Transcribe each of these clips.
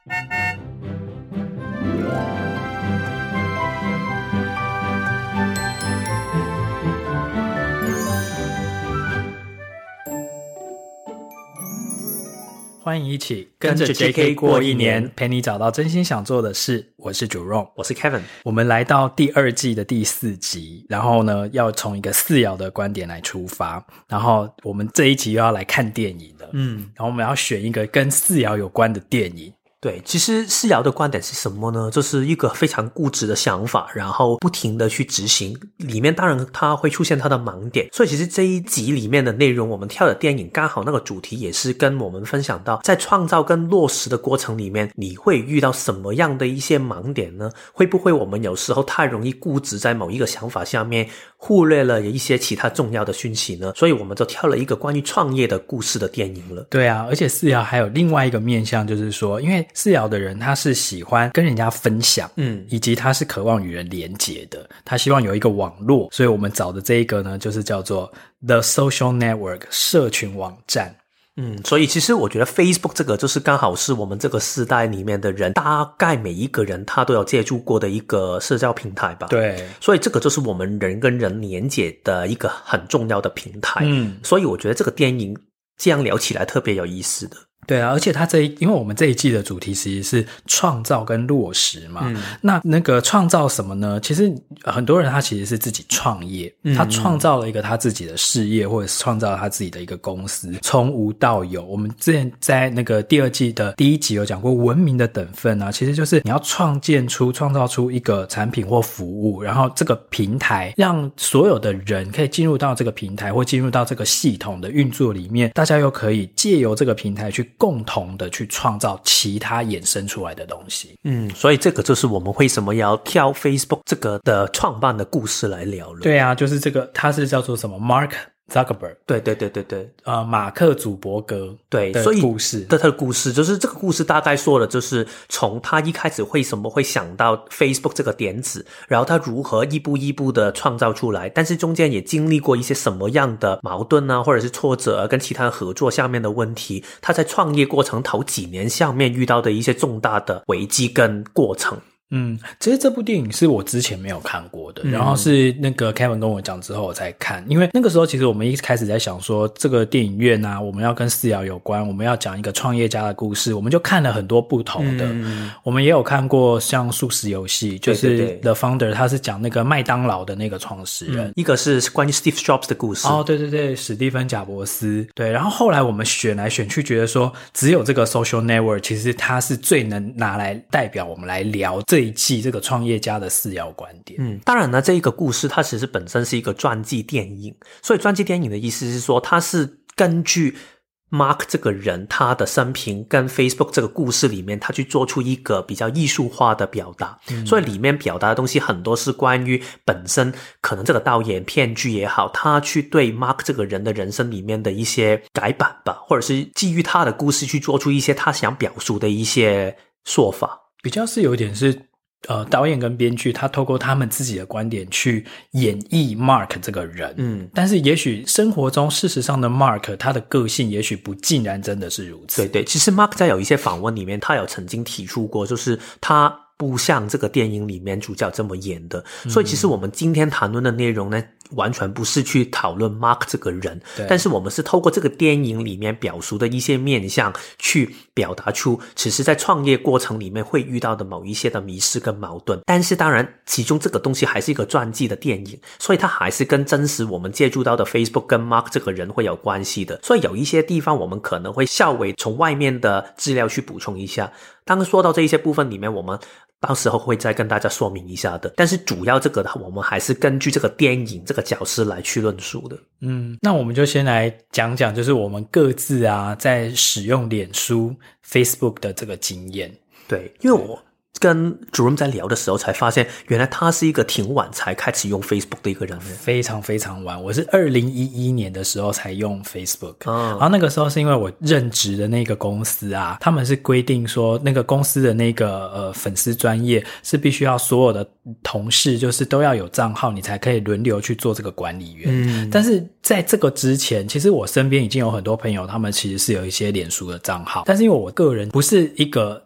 欢迎一起跟着 JK 过一年，陪你找到真心想做的事。我是主 Ron， 我是 Kevin。 我们来到第2季的第4集，然后呢，要从一个四爻的观点来出发，然后我们这一集又要来看电影了。然后我们要选一个跟四爻有关的电影。 对，其实四爻的观点是什么呢？就是一个非常固执的想法，然后不停的去执行，里面当然它会出现它的盲点。所以其实这一集里面的内容，我们挑的电影刚好那个主题也是跟我们分享到，在创造跟落实的过程里面，你会遇到什么样的一些盲点呢？会不会我们有时候太容易固执在某一个想法下面，忽略了一些其他重要的讯息呢？所以我们就挑了一个关于创业的故事的电影了。 对啊，而且四爻还有另外一个面向，就是说因为四爻的人他是喜欢跟人家分享，以及他是渴望与人连结的，他希望有一个网络，所以我们找的这一个呢，就是叫做 The Social Network 社群网站。 所以其实我觉得 Facebook 这个就是刚好是我们这个世代里面的人，大概每一个人他都有接触过的一个社交平台吧。 对， 所以这个就是我们人跟人连结的一个很重要的平台。所以我觉得这个电影这样聊起来特别有意思的。 对啊，而且它因为我们这一季的主题其实是创造跟落实嘛，那个创造什么呢？其实很多人他其实是自己创业，他创造了一个他自己的事业，或者是创造了他自己的一个公司，从无到有。我们之前在那个第2季的第1集有讲过文明的等分啊，其实就是你要创造出一个产品或服务，然后这个平台让所有的人可以进入到这个平台或进入到这个系统的运作里面，大家又可以借由这个平台去共同的去创造其他衍生出来的东西。 所以这个就是我们为什么要挑 Facebook 这个的创办的故事来聊了。 对啊，就是这个它是叫做什么 Mark Zuckerberg， 对， 马克祖伯格的故事。 他的故事就是这个故事大概说的就是从他一开始为什么会想到 Facebook 这个点子，然后他如何一步一步的创造出来，但是中间也经历过一些什么样的矛盾啊，或者是挫折啊，跟其他人合作下面的问题，他在创业过程头几年下面遇到的一些重大的危机跟过程。 其实这部电影是我之前没有看过的，然后是那个 Kevin 跟我讲之后我才看。因为那个时候其实我们一开始在想说这个电影院啊，我们要跟四爻有关，我们要讲一个创业家的故事，我们就看了很多不同的。我们也有看过像速食游戏，就是 The Founder， 他是讲那个麦当劳的那个创始人， 一个是关于 Steve Jobs 的故事。 对，史蒂芬贾伯斯。对，然后后来我们选来选去觉得说只有这个 Social Network 其实它是最能拿来代表我们来聊这一季这个创业家的四爻观点。 当然呢，这一个故事它其实本身是一个传记电影，所以传记电影的意思是说它是根据 Mark 这个人他的生平跟 Facebook 这个故事里面，他去做出一个比较艺术化的表达。所以里面表达的东西很多是关于本身可能这个导演编剧也好，他去对 Mark 这个人的人生里面的一些改版吧，或者是基于他的故事去做出一些他想表述的一些说法。 比较是有点是导演跟编剧他透过他们自己的观点去演绎 Mark 这个人。但是也许生活中事实上的 Mark 他的个性也许不尽然真的是如此。 对，其实 Mark 在有一些访问里面他有曾经提出过，就是他不像这个电影里面主角这么演的。所以其实我们今天谈论的内容呢，完全不是去讨论 Mark 这个人，但是我们是透过这个电影里面表述的一些面向去表达出其实在创业过程里面会遇到的某一些的迷失跟矛盾。但是当然其中这个东西还是一个传记的电影，所以它还是跟真实我们接触到的 Facebook 跟 Mark 这个人会有关系的。所以有一些地方我们可能会稍微从外面的资料去补充一下，当说到这一些部分里面，我们到时候会再跟大家说明一下的。但是主要这个我们还是根据这个电影这个角色来去论述的。 那我们就先来讲讲就是我们各自啊在使用脸书 Facebook 的这个经验。 对，因为我跟主任在聊的时候才发现，原来他是一个挺晚才开始用 Facebook 的一个人。 非常非常晚，我是2011年的时候才用 Facebook。然后那个时候是因为我任职的那个公司啊，他们是规定说那个公司的那个粉丝专页是必须要所有的同事就是都要有账号，你才可以轮流去做这个管理员。但是在这个之前，其实我身边已经有很多朋友他们其实是有一些脸书的账号，但是因为我个人不是一个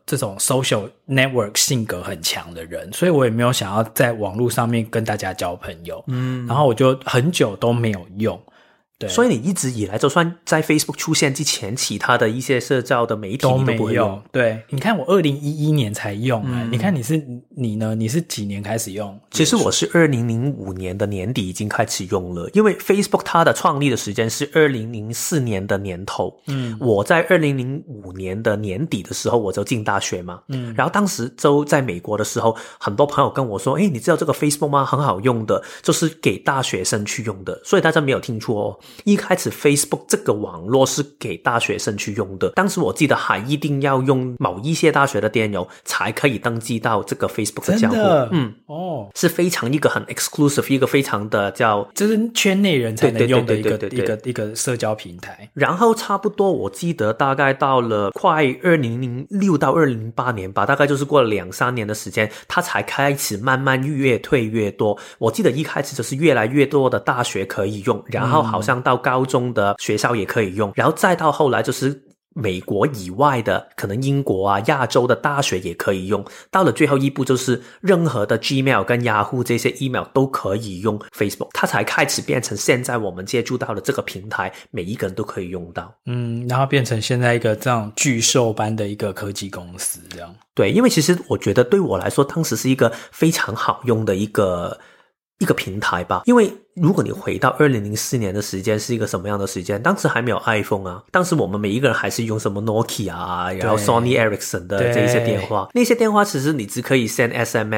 这种 social network 性格很强的人，所以我也没有想要在网络上面跟大家交朋友。然后我就很久都没有用。对， 所以你一直以来就算在 Facebook 出现之前，其他的一些社交的媒体都你都不会用。 对，你看我2011年才用你看你呢？你是几年开始用？ 其实我是2005年的年底已经开始用了，因为 Facebook 它的创立的时间是2004年的年头。我在2005年的年底的时候我就进大学嘛。然后当时就在美国的时候，很多朋友跟我说，你知道这个 Facebook 吗？很好用的，就是给大学生去用的。所以大家没有听错哦。一开始 Facebook 这个网络是给大学生去用的，当时我记得还一定要用某一些大学的电邮才可以登记到这个 Facebook 的账户。是非常一个很 exclusive， 一个非常的就是圈内人才能用的一个社交平台。 然后差不多我记得大概到了快2006到2008年吧，大概就是过了2-3年的时间，它才开始慢慢越退越多。我记得一开始就是越来越多的大学可以用，然后好像到高中的学校也可以用，然后再到后来就是美国以外的可能英国啊亚洲的大学也可以用，到了最后一步就是任何的 Gmail 跟 Yahoo 这些 email 都可以用 Facebook， 它才开始变成现在我们接触到的这个平台每一个人都可以用到。 然后变成现在一个这样巨兽般的一个科技公司这样。 对，因为其实我觉得对我来说当时是一个非常好用的一个平台吧。因为如果你回到2004年的时间是一个什么样的时间，当时还没有 iPhone 啊，当时我们每一个人还是用什么 Nokia 啊，然后 Sony Ericsson 的这一些电话，那些电话其实你只可以 send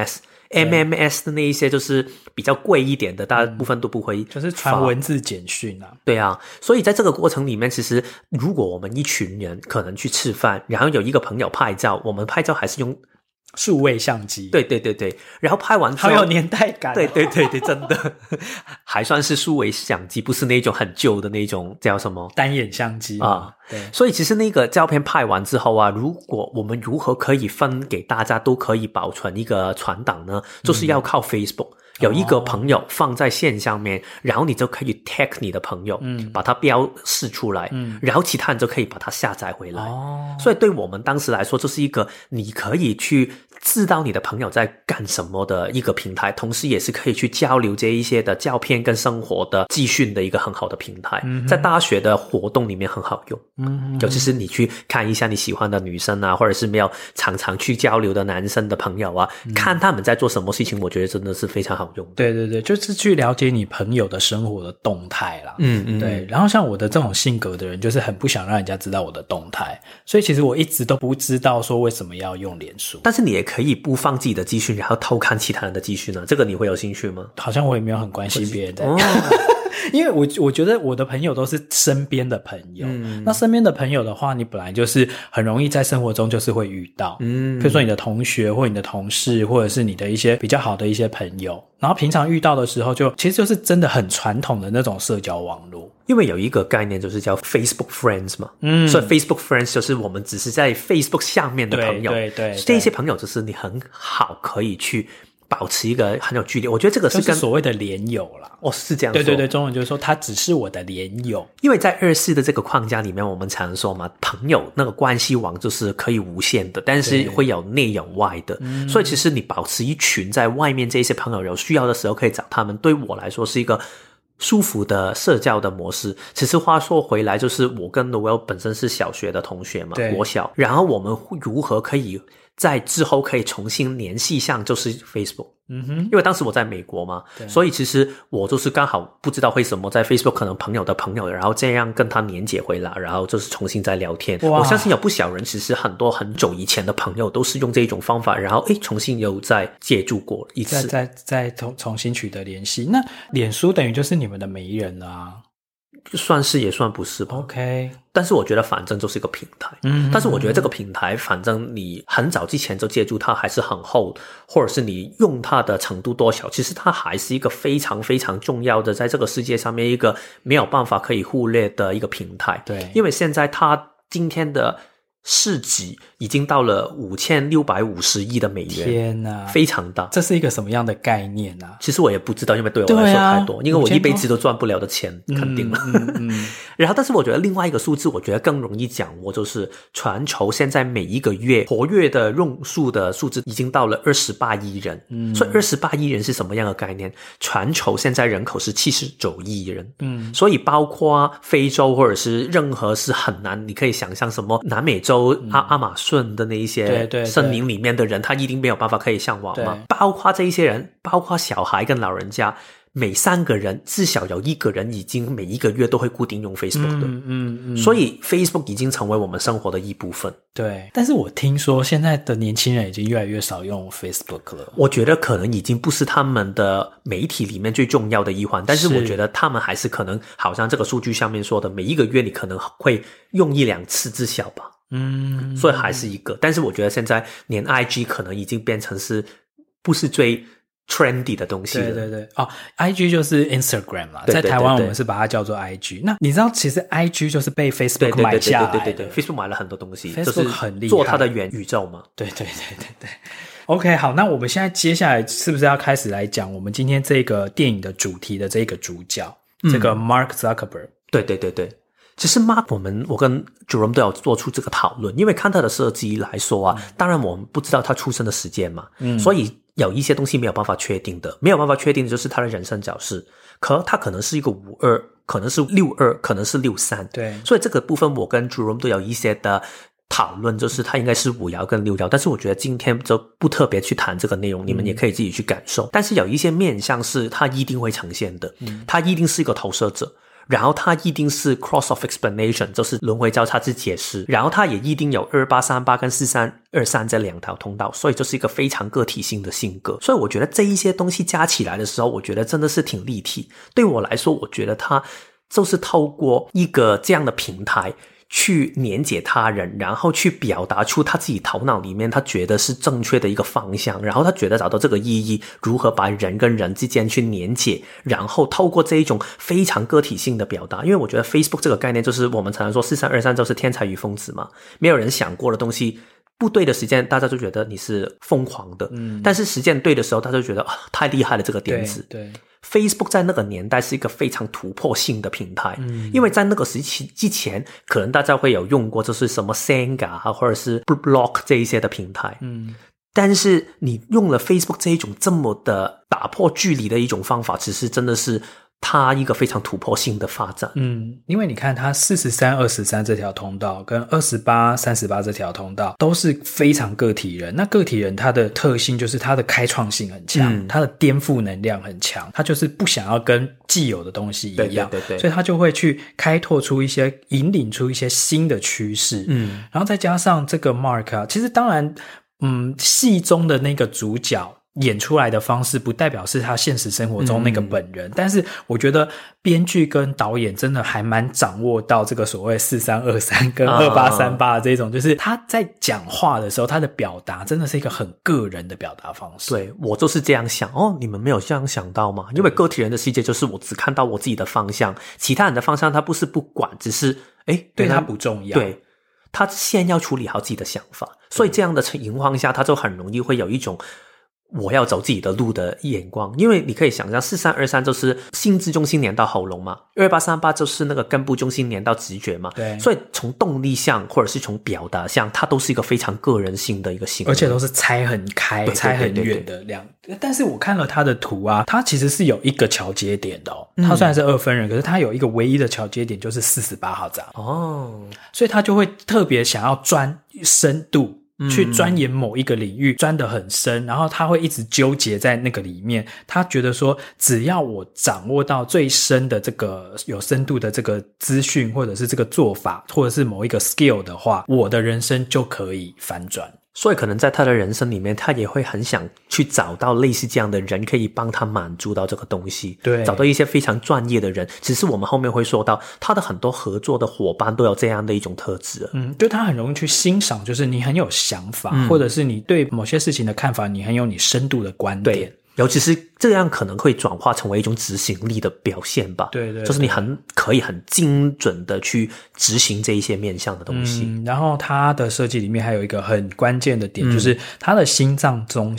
SMS。MMS 的那一些就是比较贵一点的，大部分都不会就是传文字简讯啊。 对啊，所以在这个过程里面，其实如果我们一群人可能去吃饭，然后有一个朋友拍照，我们拍照还是用数位相机。 对，然后拍完之后好有年代感。 对，真的还算是数位相机，不是那种很旧的那种叫什么单眼相机啊。对，所以其实那个照片拍完之后啊，如果我们如何可以分给大家都可以保存一个传档呢？就是要靠 Facebook。有一个朋友放在线上面，然后你就可以 tag 你的朋友，把它标示出来，然后其他人就可以把它下载回来。所以对我们当时来说，就是一个你可以去知道你的朋友在干什么的一个平台，同时也是可以去交流这一些的照片跟生活的资讯的一个很好的平台。在大学的活动里面很好用。尤其是你去看一下你喜欢的女生啊，或者是没有常常去交流的男生的朋友啊，看他们在做什么事情，我觉得真的是非常好用。 对，就是去了解你朋友的生活的动态啦。对。然后像我的这种性格的人，就是很不想让人家知道我的动态，所以其实我一直都不知道说为什么要用脸书。 但是你也可以不放自己的资讯，然后偷看其他人的资讯呢，这个你会有兴趣吗？ 好像我也没有很关心别人在因为我觉得我的朋友都是身边的朋友。那身边的朋友的话，你本来就是很容易在生活中就是会遇到。比如说你的同学或你的同事，或者是你的一些比较好的一些朋友，然后平常遇到的时候其实就是真的很传统的那种社交网络。 因为有一个概念就是叫 Facebook Friends 嘛。所以 Facebook Friends 就是我们只是在 Facebook 下面的朋友。 对， 这些朋友就是你很好可以去保持一个很有距离。我觉得这个是就是所谓的连友啦。 是这样说。 对，中文就是说他只是我的连友。 因为在24的这个框架里面，我们常说嘛，朋友那个关系网就是可以无限的，但是会有内有外的。所以其实你保持一群在外面这些朋友，有需要的时候可以找他们，对我来说是一个舒服的社交的模式。其实话说回来，就是我跟 Noel 本身是小学的同学嘛，国小，然后我们如何可以在之后可以重新联系上，就是 Facebook。因为当时我在美国嘛，所以其实我就是刚好不知道为什么在 Facebook 可能朋友的朋友，然后这样跟他连接回来，然后就是重新再聊天。我相信有不少人其实很多很久以前的朋友都是用这种方法，然后重新又再借助过一次， 再重新取得联系。那脸书等于就是你们的媒人啊。 算是也算不是吧。 OK， 但是我觉得反正就是一个平台。但是我觉得这个平台反正你很早之前就借助它还是很厚，或者是你用它的程度多少，其实它还是一个非常非常重要的在这个世界上面一个没有办法可以忽略的一个平台。 对， 因为现在它今天的市值已经到了5650亿的美元。 天哪， 非常大。 这是一个什么样的概念啊？ 其实我也不知道，因为对我来说太多，因为我一辈子都赚不了的钱，肯定了。 然后但是我觉得另外一个数字我觉得更容易掌握，就是全球现在每一个月活跃的用数的数字已经到了28亿人。所以28亿人是什么样的概念？全球现在人口是79亿人。所以包括非洲或者是任何是很难，你可以想象什么南美洲亚马逊的那一些森林里面的人，他一定没有办法可以上网嘛。包括这一些人，包括小孩跟老人家，每3个人至少有1个人已经每一个月都会固定用 Facebook 的。所以 Facebook 已经成为我们生活的一部分。 对，但是我听说现在的年轻人已经越来越少用 Facebook 了。 我觉得可能已经不是他们的媒体里面最重要的一环，但是我觉得他们还是可能好像这个数据上面说的，每一个月你可能会用1-2次至少吧。所以还是一个，但是我觉得现在连 IG 可能已经变成是不是最trendy 的东西了。 对IG 就是 Instagram 啦，在台湾我们是把它叫做 IG。那你知道其实 IG 就是被 Facebook 买下来的。 对 Facebook 买了很多东西， Facebook 很厉害， 做它的元宇宙嘛。 对。OK， 好，那我们现在接下来是不是要开始来讲我们今天这个电影的主题的这个主角，这个 Mark Zuckerberg。 对。其实 Mark 我跟 Jerome 都有做出这个讨论，因为看他的设计来说啊，当然我们不知道他出生的时间嘛，所以有一些东西没有办法确定的，没有办法确定的就是他的人生角色，他可能是一个52，可能是62，可能是63。 对， 所以这个部分我跟 Jerome 都有一些的讨论，就是他应该是5爻跟6爻，但是我觉得今天就不特别去谈这个内容，你们也可以自己去感受。但是有一些面向是他一定会呈现的，他一定是一个投射者，然后它一定是 cross of explanation， 就是轮回交叉之解释，然后它也一定有2838跟4323这2条通道，所以就是一个非常个体性的性格。所以我觉得这一些东西加起来的时候，我觉得真的是挺立体。对我来说，我觉得它就是透过一个这样的平台去连接他人，然后去表达出他自己头脑里面他觉得是正确的一个方向，然后他觉得找到这个意义，如何把人跟人之间去连接，然后透过这一种非常个体性的表达。因为我觉得 Facebook 这个概念就是我们常常说4323就是天才与疯子嘛，没有人想过的东西，不对的时间大家就觉得你是疯狂的，但是时间对的时候大家就觉得太厉害了这个点子。 对 Facebook 在那个年代是一个非常突破性的平台，因为在那个时期之前，可能大家会有用过就是什么 Senga 或者是 Block 这一些的平台，但是你用了 Facebook 这一种这么的打破距离的一种方法，其实真的是它一个非常突破性的发展。 因为你看它4323这条通道跟2838这条通道都是非常个体人，那个体人它的特性就是它的开创性很强，它的颠覆能量很强，它就是不想要跟既有的东西一样，对，所以它就会去开拓出一些引领出一些新的趋势。然后再加上这个 Mark 啊，其实当然戏中的那个主角演出来的方式不代表是他现实生活中那个本人，但是我觉得编剧跟导演真的还蛮掌握到这个所谓4323跟2838这种，就是他在讲话的时候他的表达真的是一个很个人的表达方式。 对，我就是这样想。你们没有这样想到吗？因为个体人的世界就是我只看到我自己的方向，其他人的方向他不是不管，只是对他不重要。 对，他先要处理好自己的想法，所以这样的情况下他就很容易会有一种我要走自己的路的眼光。因为你可以想象4323就是心智中心连到喉咙嘛，2838就是那个根部中心连到直觉嘛， 对， 所以从动力上或者是从表达上，它都是一个非常个人性的一个行为， 而且都是拆很开拆很远的量。但是我看了他的图啊，他其实是有一个桥接点的他虽然是2分人，可是他有一个唯一的桥接点就是48号闸所以他就会特别想要钻深度去钻研某一个领域，钻得很深，然后他会一直纠结在那个里面。他觉得说，只要我掌握到最深的这个有深度的这个资讯，或者是这个做法，或者是某一个 skill 的话，我的人生就可以反转。 所以可能在他的人生里面，他也会很想去找到类似这样的人，可以帮他满足到这个东西。 对， 找到一些非常专业的人。只是我们后面会说到，他的很多合作的伙伴都有这样的一种特质。 就他很容易去欣赏，就是你很有想法，或者是你对某些事情的看法，你很有你深度的观点。 对，尤其是这样可能会转化成为一种执行力的表现吧。 对， 就是你可以很精准的去执行这一些面向的东西。 然后它的设计里面还有一个很关键的点，就是它的心脏中心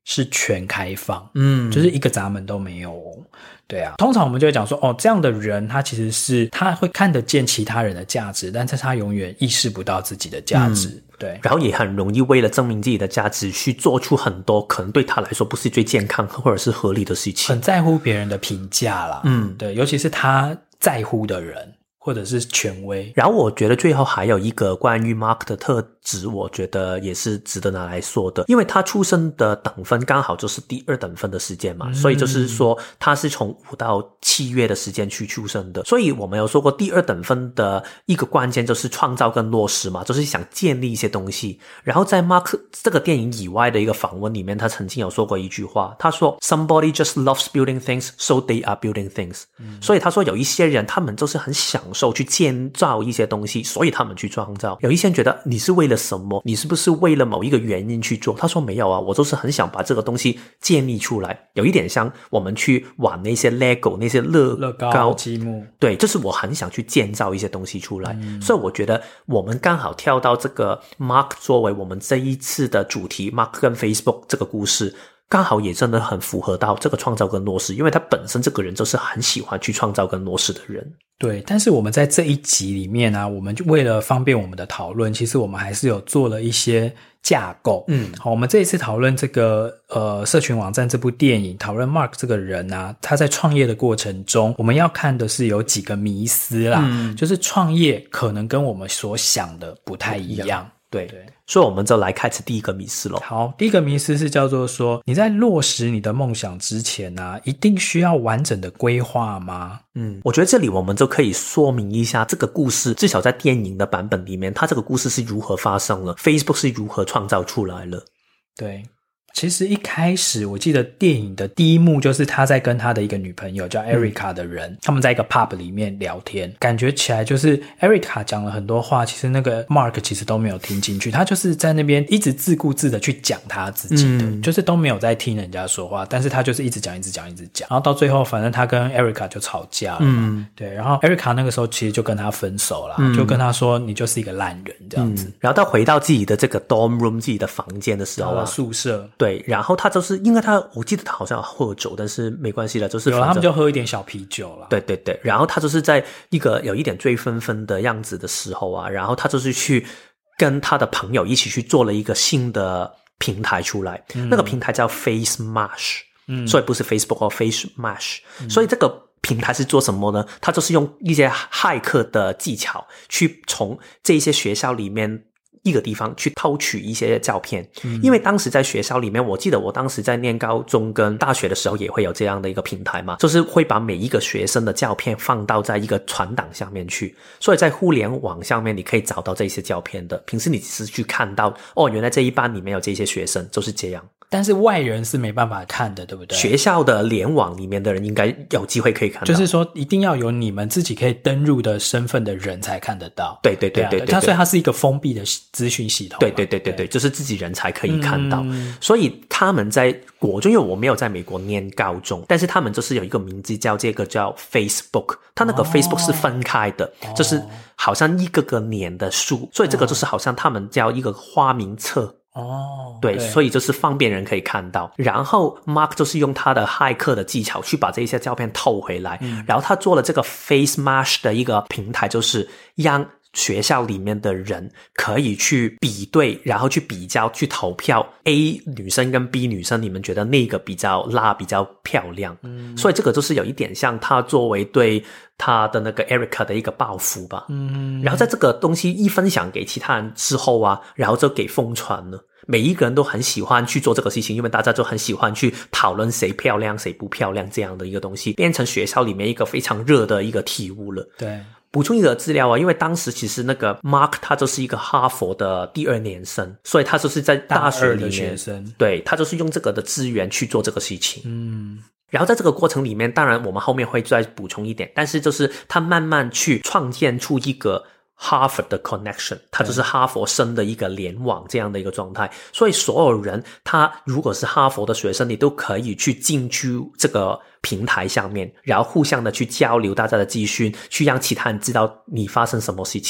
是全开放，就是一个闸门都没有哦。对啊，通常我们就会讲说，这样的人他其实是他会看得见其他人的价值，但是他永远意识不到自己的价值。对， 然后也很容易为了证明自己的价值去做出很多可能对他来说不是最健康或者是合理的事情， 很在乎别人的评价啦。对，尤其是他在乎的人或者是权威。 然后我觉得最后还有一个关于 Mark 的特质，我觉得也是值得拿来说的，因为他出生的等分刚好就是第2等分的时间嘛，所以就是说他是从5到7月的时间去出生的，所以我们有说过第2等分的一个关键就是创造跟落实嘛，就是想建立一些东西。然后在 Mark 这个电影以外的一个访问里面，他曾经有说过一句话，他说 Somebody just loves building things, so they are building things。所以他说有一些人他们就是很享受去建造一些东西，所以他们去创造。有一些人觉得你是为了什么？你是不是为了某一个原因去做？他说没有啊，我就是很想把这个东西建立出来。有一点像我们去玩那些 Lego 那些乐高积木， 对，就是我很想去建造一些东西出来。所以我觉得我们刚好跳到这个 Mark 作为我们这一次的主题 Mark 跟 Facebook 这个故事，刚好也真的很符合到这个创造跟落实，因为他本身这个人就是很喜欢去创造跟落实的人。 对，但是我们在这一集里面啊，我们就为了方便我们的讨论，其实我们还是有做了一些架构。好，我们这一次讨论这个社群网站这部电影，讨论 Mark 这个人啊，他在创业的过程中，我们要看的是有几个迷思啦，就是创业可能跟我们所想的不太一样。 对，所以我们就来开始第一个迷思咯。 好，第一个迷思是叫做说，你在落实你的梦想之前啊，一定需要完整的规划吗？ 我觉得这里我们就可以说明一下这个故事，至少在电影的版本里面，它这个故事是如何发生了， Facebook 是如何创造出来了。 对，其实一开始我记得电影的第一幕就是他在跟他的一个女朋友叫 Erica 的人，他们在一个 pub 里面聊天，感觉起来就是 Erica 讲了很多话，其实那个 Mark 其实都没有听进去，他就是在那边一直自顾自的去讲他自己的，就是都没有在听人家说话，但是他就是一直讲，然后到最后反正他跟 Erica 就吵架了嘛，对，然后 Erica 那个时候其实就跟他分手了，就跟他说你就是一个烂人这样子， 然后他回到自己的这个 dorm room 自己的房间的时候啊， 宿舍， 对，然后他就是因为我记得他好像喝酒，但是没关系了，就是他们就喝一点小啤酒了。 对，然后他就是在一个有一点醉醺醺的样子的时候啊，然后他就是去跟他的朋友一起去做了一个新的平台出来，那个平台叫 FaceMash，所以不是 Facebook 或 FaceMash，所以这个平台是做什么呢？他就是用一些骇客的技巧去从这些学校里面一个地方去偷取一些照片，因为当时在学校里面，我记得我当时在念高中跟大学的时候也会有这样的一个平台嘛，就是会把每一个学生的照片放到在一个传档上面去，所以在互联网上面你可以找到这些照片的，平时你只是去看到原来这一班里面有这些学生，就是这样。 但是外人是没办法看的，对不对？ 学校的联网里面的人应该有机会可以看到， 就是说一定要有你们自己可以登入的身份的人才看得到。 对， 所以它是一个封闭的资讯系统。 对，就是自己人才可以看到。所以他们在国中，因为我没有在美国念高中，但是他们就是有一个名字叫这个叫 Facebook， 它那个 Facebook 是分开的，就是好像一个年的数，所以这个就是好像他们叫一个花名册。对，所以就是方便人可以看到。然后 Mark 就是用他的骇客的技巧去把这些照片偷回来，然后他做了这个 FaceMash 的一个平台，就是让学校里面的人可以去比对，然后去比较，去投票 A 女生跟 B 女生，你们觉得那个比较辣比较漂亮，所以这个就是有一点像他作为对他的那个 Erica 的一个报复吧。然后在这个东西一分享给其他人之后啊，然后就给疯传了，每一个人都很喜欢去做这个事情，因为大家就很喜欢去讨论谁漂亮谁不漂亮这样的一个东西，变成学校里面一个非常热的一个题目了。 对， 补充一个资料啊，因为当时其实那个 Mark 他就是一个哈佛的第2年生，所以他就是在大学里面， 大2的学生， 对，他就是用这个的资源去做这个事情。然后在这个过程里面，当然我们后面会再补充一点，但是就是他慢慢去创建出一个哈佛的 connection， 它就是哈佛生的一个联网这样的一个状态，所以所有人他如果是哈佛的学生，你都可以去进去这个平台上面，然后互相的去交流大家的资讯，去让其他人知道你发生什么事情。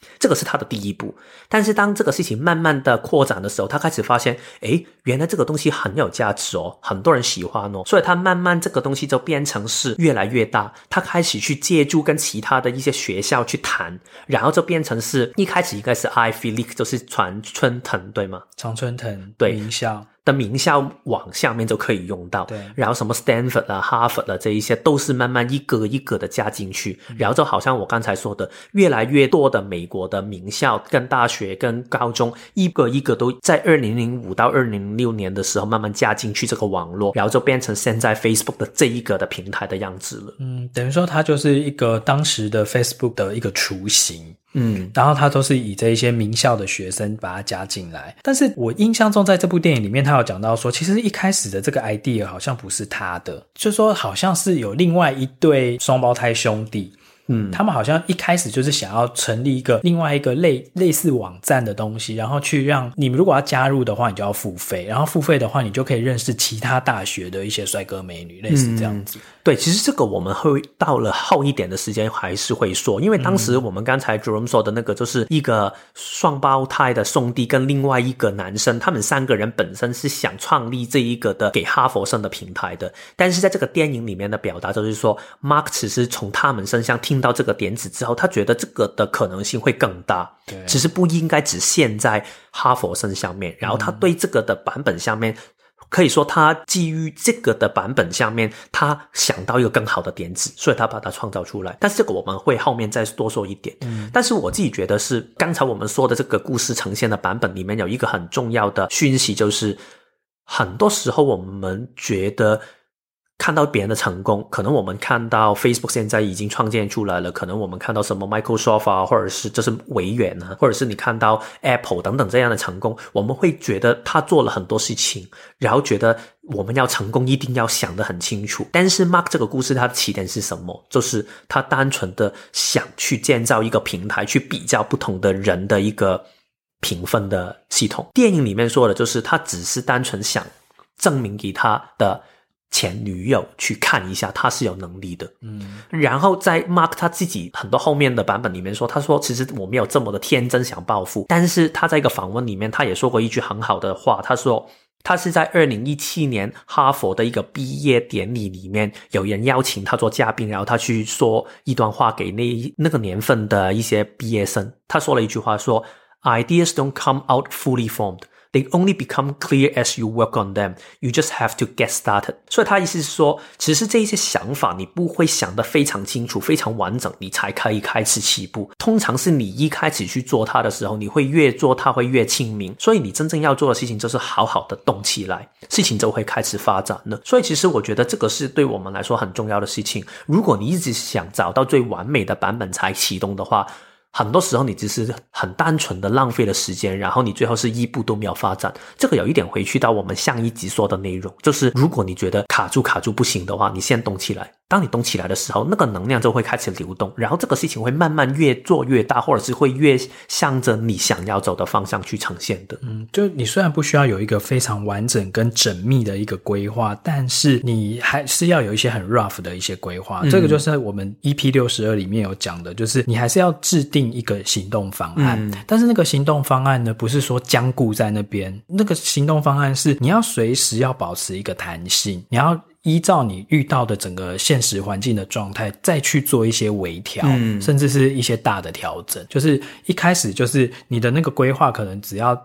这个是他的第一步。但是当这个事情慢慢的扩展的时候，他开始发现原来这个东西很有价值哦，很多人喜欢哦，所以他慢慢这个东西就变成是越来越大，他开始去借助跟其他的一些学校去谈，然后就变成是一开始应该是 Ivy League 就是常春藤对吗？ 常春藤对名校的名校往下面就可以用到， 对， 然后什么 Stanford 啊、哈佛啊这一些都是慢慢一个一个的加进去，然后就好像我刚才说的，越来越多的美国的名校跟大学跟高中一个一个都在2005到2006年的时候慢慢加进去这个网络，然后就变成现在 Facebook 的这一个的平台的样子了。 等于说它就是一个当时的 Facebook 的一个雏形。然后他都是以这一些名校的学生把它加进来，但是我印象中在这部电影里面他有讲到说，其实一开始的这个 idea 好像不是他的，就是说好像是有另外一对双胞胎兄弟，他们好像一开始就是想要成立一个另外一个类似网站的东西，然后去让你们如果要加入的话你就要付费，然后付费的话你就可以认识其他大学的一些帅哥美女，类似这样子。 对，其实这个我们会到了后一点的时间还是会说，因为当时我们刚才 Jerome 说的那个就是一个双胞胎的兄弟跟另外一个男生，他们三个人本身是想创立这一个的给哈佛生的平台的，但是在这个电影里面的表达就是说 Mark 只是从他们身上听到这个点子之后，他觉得这个的可能性会更大，其实不应该只限在哈佛身上面，然后他对这个的版本下面可以说他基于这个的版本下面他想到一个更好的点子，所以他把它创造出来，但是这个我们会后面再多说一点。但是我自己觉得是刚才我们说的这个故事呈现的版本里面有一个很重要的讯息，就是很多时候我们觉得看到别人的成功，可能我们看到 Facebook 现在已经创建出来了，可能我们看到什么 Microsoft 啊，或者是就是微软啊，或者是你看到 Apple 等等这样的成功，我们会觉得他做了很多事情，然后觉得我们要成功一定要想得很清楚。但是 Mark 这个故事它的起点是什么？就是他单纯的想去建造一个平台，去比较不同的人的一个评分的系统。电影里面说的就是他只是单纯想证明给他的前女友去看一下他是有能力的。然后在 Mark 他自己很多后面的版本里面说，他说其实我没有这么的天真想报复，但是他在一个访问里面他也说过一句很好的话，他说他是在2017年哈佛的一个毕业典礼里面有人邀请他做嘉宾，然后他去说一段话给那个年份的一些毕业生，他说了一句话说 Ideas don't come out fully formed，They only become clear as you work on them. You just have to get started. 所以他意思是说，其实这一些想法你不会想得非常清楚、非常完整，你才可以开始起步。通常是你一开始去做它的时候，你会越做它会越清明。所以你真正要做的事情就是好好的动起来，事情就会开始发展了。所以其实我觉得这个是对我们来说很重要的事情。如果你一直想找到最完美的版本才启动的话，很多时候你只是很单纯的浪费了时间，然后你最后是一步都没有发展。这个有一点回去到我们上一集说的内容，就是如果你觉得卡住不行的话，你先动起来。当你动起来的时候，那个能量就会开始流动，然后这个事情会慢慢越做越大，或者是会越向着你想要走的方向去呈现的。 就你虽然不需要有一个非常完整跟缜密的一个规划，但是你还是要有一些很 rough 的一些规划。这个就是我们 EP62 里面有讲的，就是你还是要制定一个行动方案。但是那个行动方案呢，不是说僵固在那边，那个行动方案是你要随时要保持一个弹性，你要依照你遇到的整个现实环境的状态再去做一些微调，甚至是一些大的调整。就是一开始就是你的那个规划可能只要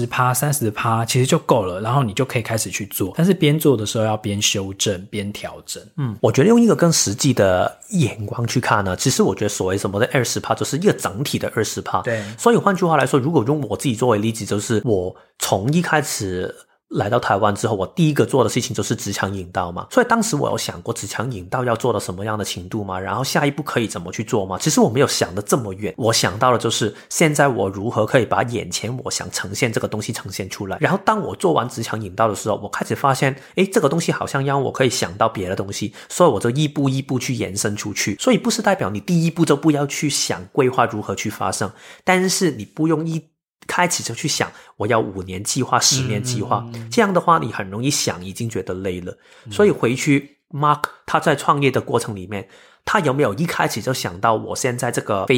20%、30% 其实就够了，然后你就可以开始去做，但是边做的时候要边修正边调整。 我觉得用一个更实际的眼光去看呢，其实我觉得所谓什么的 20% 就是一个整体的 20%。 对， 所以换句话来说，如果用我自己作为例子，就是我从一开始来到台湾之后，我第一个做的事情就是职场引导嘛。所以当时我有想过职场引导要做到什么样的程度嘛，然后下一步可以怎么去做嘛。其实我没有想得这么远，我想到的就是现在我如何可以把眼前我想呈现这个东西呈现出来。然后当我做完职场引导的时候，我开始发现这个东西好像让我可以想到别的东西，所以我就一步一步去延伸出去。所以不是代表你第一步就不要去想规划如何去发生，但是你不用一开始就去想我要5年计划10年计划，这样的话你很容易想已经觉得累了。所以回去 Mark 他在创业的过程里面，他有没有一开始就想到我现在这个 Facebook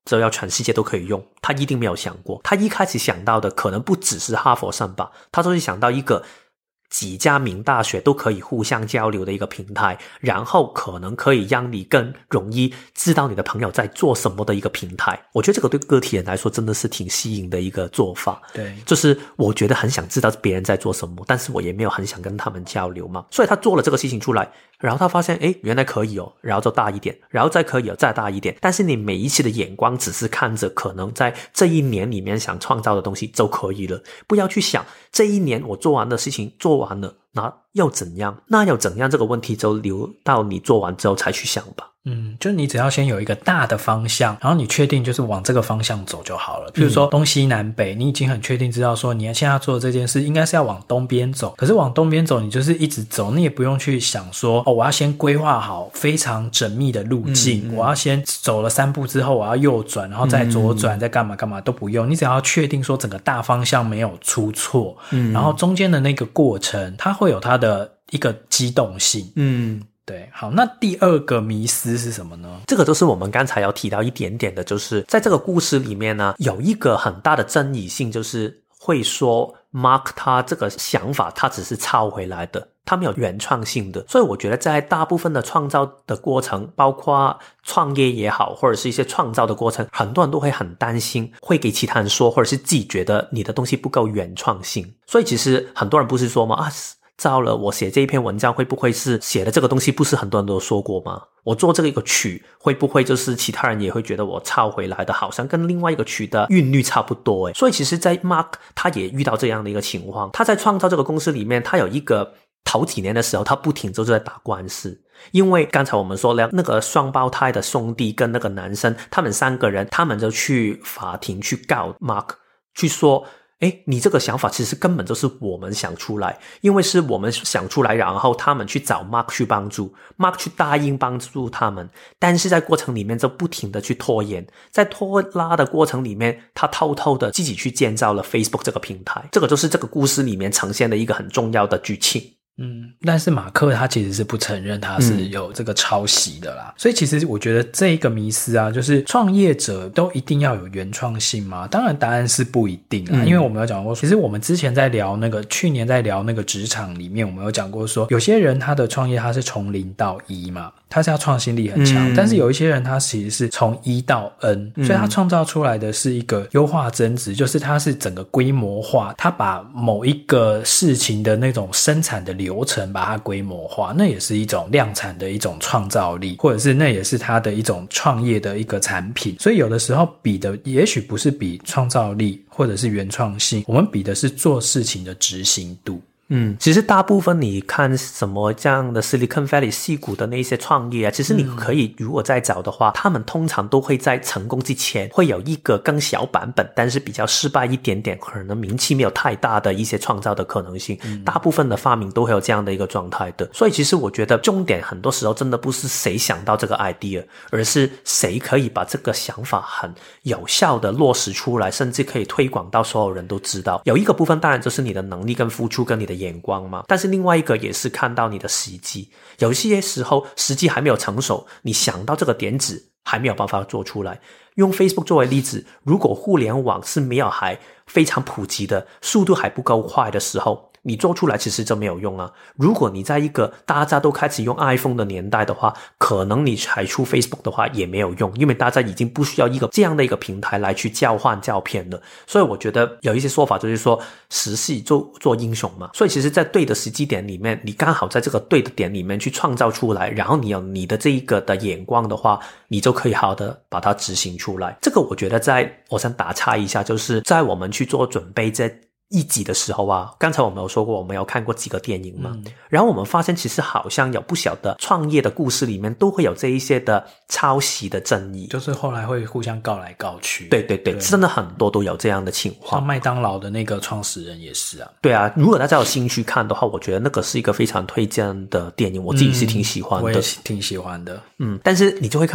只要全世界都可以用，他一定没有想过，他一开始想到的可能不只是哈佛圣巴，他就是想到一个几家名大学都可以互相交流的一个平台，然后可能可以让你更容易知道你的朋友在做什么的一个平台。我觉得这个对个体人来说真的是挺吸引的一个做法。 对， 就是我觉得很想知道别人在做什么，但是我也没有很想跟他们交流嘛，所以他做了这个事情出来，然后他发现原来可以然后就大一点，然后再可以再大一点，但是你每一次的眼光只是看着可能在这一年里面想创造的东西就可以了，不要去想这一年我做完的事情做完了那要怎样这个问题就留到你做完之后才去想吧。 就你只要先有一个大的方向，然后你确定就是往这个方向走就好了。比如说东西南北，你已经很确定知道说你现在要做的这件事应该是要往东边走，可是往东边走你就是一直走，你也不用去想说我要先规划好非常缜密的路径，我要先走了3步之后我要右转，然后再左转，再干嘛干嘛都不用，你只要确定说整个大方向没有出错，然后中间的那个过程它会有它的一个机动性。对，好，那第二个迷思是什么呢？ 这个就是我们刚才有提到一点点的，就是在这个故事里面呢，有一个很大的争议性，就是会说 Mark 他这个想法他只是抄回来的，他没有原创性的。所以我觉得在大部分的创造的过程，包括创业也好，或者是一些创造的过程，很多人都会很担心会给其他人说，或者是自己觉得你的东西不够原创性。所以其实很多人不是说嘛糟了，我写这一篇文章会不会是写的这个东西不是很多人都说过吗？我做这个一个曲会不会就是其他人也会觉得我抄回来的好像跟另外一个曲的韵律差不多所以其实在 Mark 他也遇到这样的一个情况，他在创造这个公司里面，他有一个头几年的时候他不停就是在打官司，因为刚才我们说了那个双胞胎的兄弟跟那个男生，他们3个人他们就去法庭去告 Mark， 去说你这个想法其实根本就是我们想出来，因为是我们想出来，然后他们去找 Mark 去帮助 Mark 去答应帮助他们，但是在过程里面就不停的去拖延，在拖拉的过程里面他偷偷的自己去建造了 Facebook 这个平台，这个就是这个故事里面呈现的一个很重要的剧情。 但是马克他其实是不承认他是有这个抄袭的啦，所以其实我觉得这一个迷思啊，就是创业者都一定要有原创性吗？当然答案是不一定因为我们有讲过，其实我们之前在聊去年在聊那个职场里面，我们有讲过说有些人他的创业他是从0到1嘛，他是要创新力很强，但是有一些人他其实是从1到N，所以他创造出来的是一个优化增值，就是他是整个规模化，他把某一个事情的那种生产的流程把它规模化，那也是一种量产的一种创造力，或者是那也是他的一种创业的一个产品。所以有的时候比的也许不是比创造力或者是原创性，我们比的是做事情的执行度。 其实大部分你看什么这样的 Silicon Valley 矽谷的那些创业其实你可以如果再找的话，他们通常都会在成功之前会有一个更小版本，但是比较失败一点点，可能名气没有太大的一些创造的可能性。大部分的发明都会有这样的一个状态的。所以其实我觉得重点很多时候真的不是谁想到这个 idea， 而是谁可以把这个想法很有效的落实出来，甚至可以推广到所有人都知道。有一个部分当然就是你的能力跟付出跟你的眼光嘛，但是另外一个也是看到你的时机，有一些时候时机还没有成熟，你想到这个点子还没有办法做出来。用 Facebook 作为例子，如果互联网是没有还非常普及的，速度还不够快的时候，你做出来其实就没有用啊。如果你在一个大家都开始用 iPhone 的年代的话，可能你还出 Facebook 的话也没有用，因为大家已经不需要一个这样的一个平台来去交换照片了。所以我觉得有一些说法就是说时势做英雄嘛，所以其实在对的时机点里面，你刚好在这个对的点里面去创造出来，然后你有你的这一个的眼光的话，你就可以好的把它执行出来。这个我觉得我想打岔一下，就是在我们去做准备这一集的时候啊，刚才我们有说过我们有看过几个电影嘛，然后我们发现其实好像有不小的创业的故事里面都会有这一些的抄袭的争议， 就是后来会互相告来告去。 对，真的很多都有这样的情况。 像麦当劳的那个创始人也是啊。 对啊，如果大家有兴趣看的话，我觉得那个是一个非常推荐的电影，我自己是挺喜欢的。 我也挺喜欢的。 但是你就会看到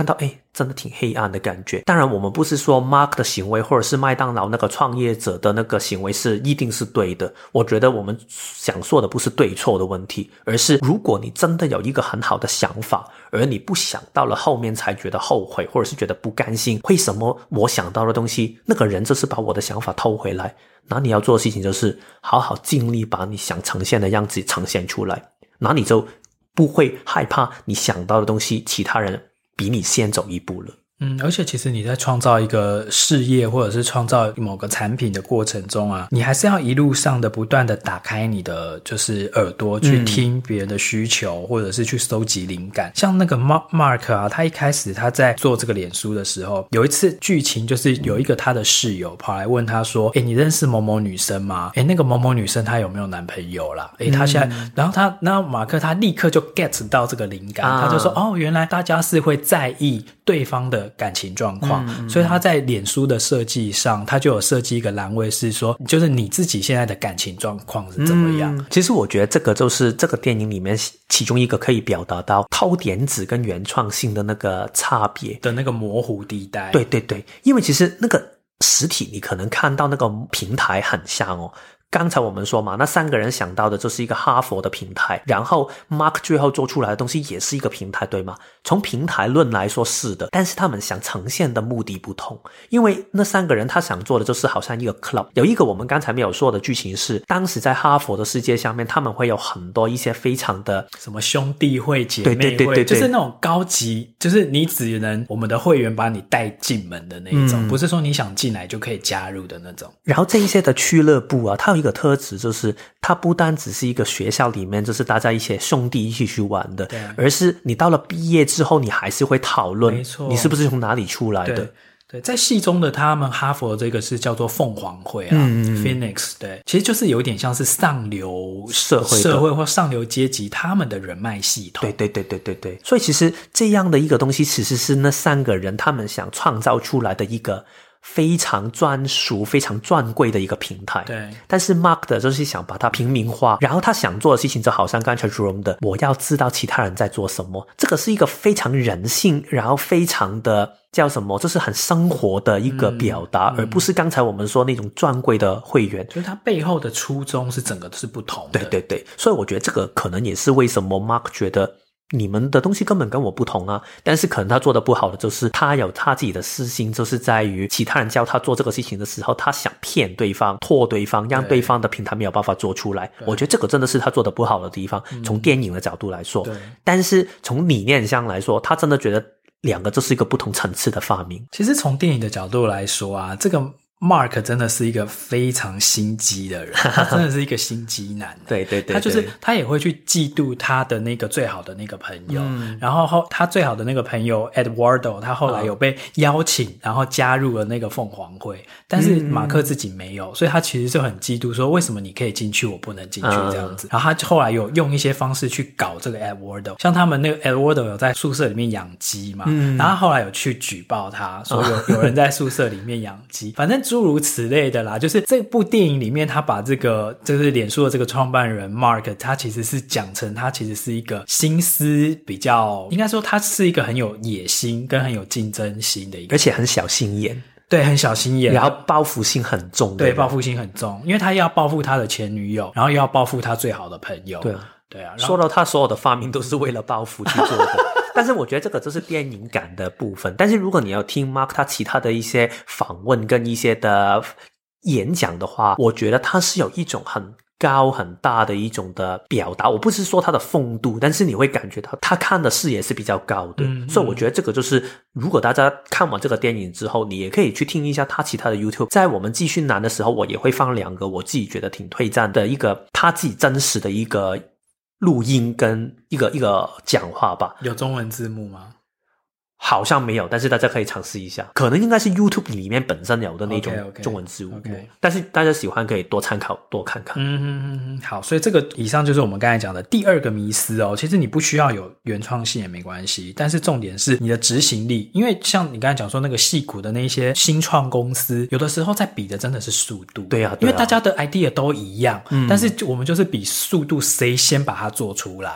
真的挺黑暗的感觉。当然我们不是说 Mark 的行为或者是麦当劳那个创业者的那个行为是一定是对的，我觉得我们想说的不是对错的问题，而是如果你真的有一个很好的想法，而你不想到了后面才觉得后悔，或者是觉得不甘心，为什么我想到的东西那个人就是把我的想法偷回来，那你要做的事情就是好好尽力把你想呈现的样子呈现出来，那你就不会害怕你想到的东西其他人比你先走一步了。 而且其实你在创造一个事业或者是创造某个产品的过程中啊，你还是要一路上的不断的打开你的就是耳朵去听别人的需求，或者是去搜集灵感。像那个 Mark 啊，他一开始他在做这个脸书的时候，有一次剧情就是有一个他的室友跑来问他说，你认识某某女生吗？那个某某女生她有没有男朋友啦？他现在然后马克他立刻就 get 到这个灵感，他就说原来大家是会在意对方的感情状况，所以他在脸书的设计上，他就有设计一个栏位是说，就是你自己现在的感情状况是怎么样。 其实我觉得这个就是这个电影里面其中一个可以表达到偷点子跟原创性的那个差别的那个模糊地带。 对对对，因为其实那个实体你可能看到那个平台很像刚才我们说嘛，那3个人想到的就是一个哈佛的平台，然后 Mark 最后做出来的东西也是一个平台，对吗？从平台论来说是的，但是他们想呈现的目的不同。因为那3个人他想做的就是好像一个 club。 有一个我们刚才没有说的剧情是，当时在哈佛的世界下面，他们会有很多一些非常的什么兄弟会姐妹会， 对， 就是那种高级，就是你只能我们的会员把你带进门的那一种，不是说你想进来就可以加入的那种。 然后这一些的俱乐部啊，它有一个特质，就是它不单只是一个学校里面就是大家一些兄弟一起去玩的，而是你到了毕业之后你还是会讨论你是不是从哪里出来的。 对，在戏中的他们哈佛这个是叫做凤凰会啊，Phoenix， 对，其实就是有点像是上流社会或上流阶级他们的人脉系统。 对，所以其实这样的一个东西其实是那3个人他们想创造出来的一个非常专属非常专柜的一个平台。 对， 但是 Mark 的就是想把它平民化，然后他想做的事情就好像刚才 Jerome 的，我要知道其他人在做什么，这个是一个非常人性，然后非常的叫什么，就是很生活的一个表达，而不是刚才我们说那种专柜的会员， 就是他背后的初衷是整个是不同的。 对，所以我觉得这个可能也是为什么 Mark 觉得你们的东西根本跟我不同啊，但是可能他做的不好的就是他有他自己的私心，就是在于其他人教他做这个事情的时候，他想骗对方拖对方，让对方的平台没有办法做出来。我觉得这个真的是他做的不好的地方，从电影的角度来说。但是从理念上来说，他真的觉得2个就是一个不同层次的发明。 其实从电影的角度来说啊，这个Mark 真的是一个非常心机的人，他真的是一个心机男。 对， 他就是他也会去嫉妒他的那个最好的那个朋友，然后他最好的那个朋友 Eduardo 他后来有被邀请，然后加入了那个凤凰会，但是马克自己没有，所以他其实就很嫉妒说为什么你可以进去我不能进去这样子。然后他后来有用一些方式去搞这个 Eduardo， 像他们那个 Eduardo 有在宿舍里面养鸡嘛，然后后来有去举报他说有人在宿舍里面养鸡，反正诸如此类的啦。就是这部电影里面他把这个就是脸书的这个创办人 Mark， 他其实是讲成他其实是一个心思比较，应该说他是一个很有野心跟很有竞争心的一个， 而且很小心眼。 对，很小心眼， 然后报复心很重。 对，报复心很重，因为他要报复他的前女友，然后又要报复他最好的朋友。对啊， 说到他所有的发明都是为了报复去做的。但是我觉得这个就是电影感的部分。但是如果你要听 Mark 他其他的一些访问跟一些的演讲的话，我觉得他是有一种很高很大的一种的表达。我不是说他的风度，但是你会感觉到他看的视野是比较高的。所以我觉得这个就是如果大家看完这个电影之后，你也可以去听一下他其他的 YouTube。 在我们继续难的时候，我也会放2个我自己觉得挺推赞的，一个他自己真实的一个录音跟一个讲话吧。 有中文字幕吗？ 好像没有，但是大家可以尝试一下，可能应该是 YouTube 里面本身有的那种中文字幕，但是大家喜欢可以多参考多看看。 好，所以这个以上就是我们刚才讲的第2个迷思哦。其实你不需要有原创性也没关系，但是重点是你的执行力。因为像你刚才讲说那个矽谷的那些新创公司，有的时候在比的真的是速度。 对啊， 因为大家的 idea 都一样，但是我们就是比速度谁先把它做出来。